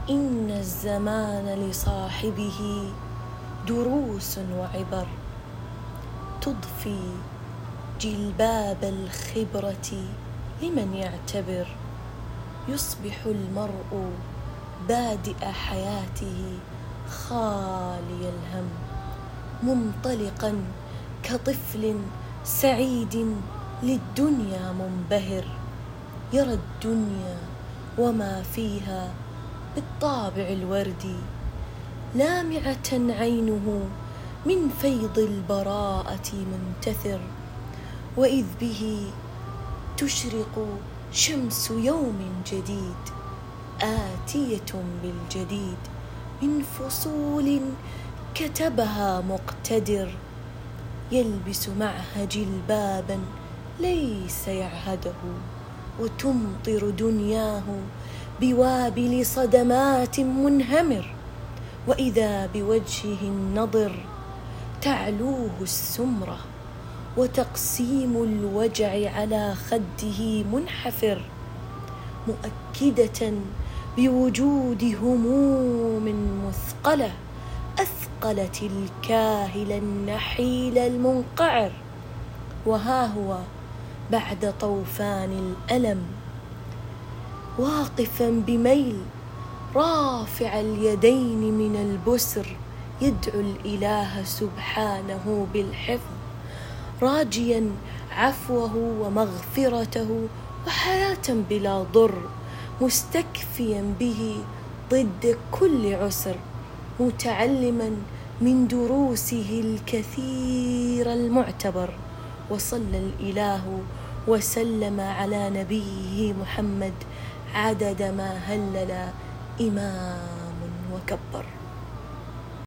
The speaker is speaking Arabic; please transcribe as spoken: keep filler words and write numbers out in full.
إن الزمان لصاحبه دروس وعبر، تضفي جلباب الخبرة لمن يعتبر. يصبح المرء بادئ حياته خالي الهم، منطلقا كطفل سعيد للدنيا منبهر، يرى الدنيا وما فيها بالطابع الوردي، لامعة عينه من فيض البراءة منتثر، وإذ به تشرق شمس يوم جديد، آتية بالجديد من فصول كتبها مقتدر، يلبس معها جلبابا ليس يعهده، وتمطر دنياه بوابل صدمات منهمر، وإذا بوجهه النضر تعلوه السمرة، وتقسيم الوجع على خده منحفر، مؤكدة بوجود هموم مثقلة أثقلت الكاهل النحيل المنقعر. وها هو بعد طوفان الألم واقفا بميل، رافع اليدين من البسر، يدعو الإله سبحانه بالحفظ، راجيا عفوه ومغفرته وحياة بلا ضر، مستكفيا به ضد كل عسر، متعلما من دروسه الكثير المعتبر. وصلى الإله وسلم على نبيه محمد عدد ما هلل إمام وكبر.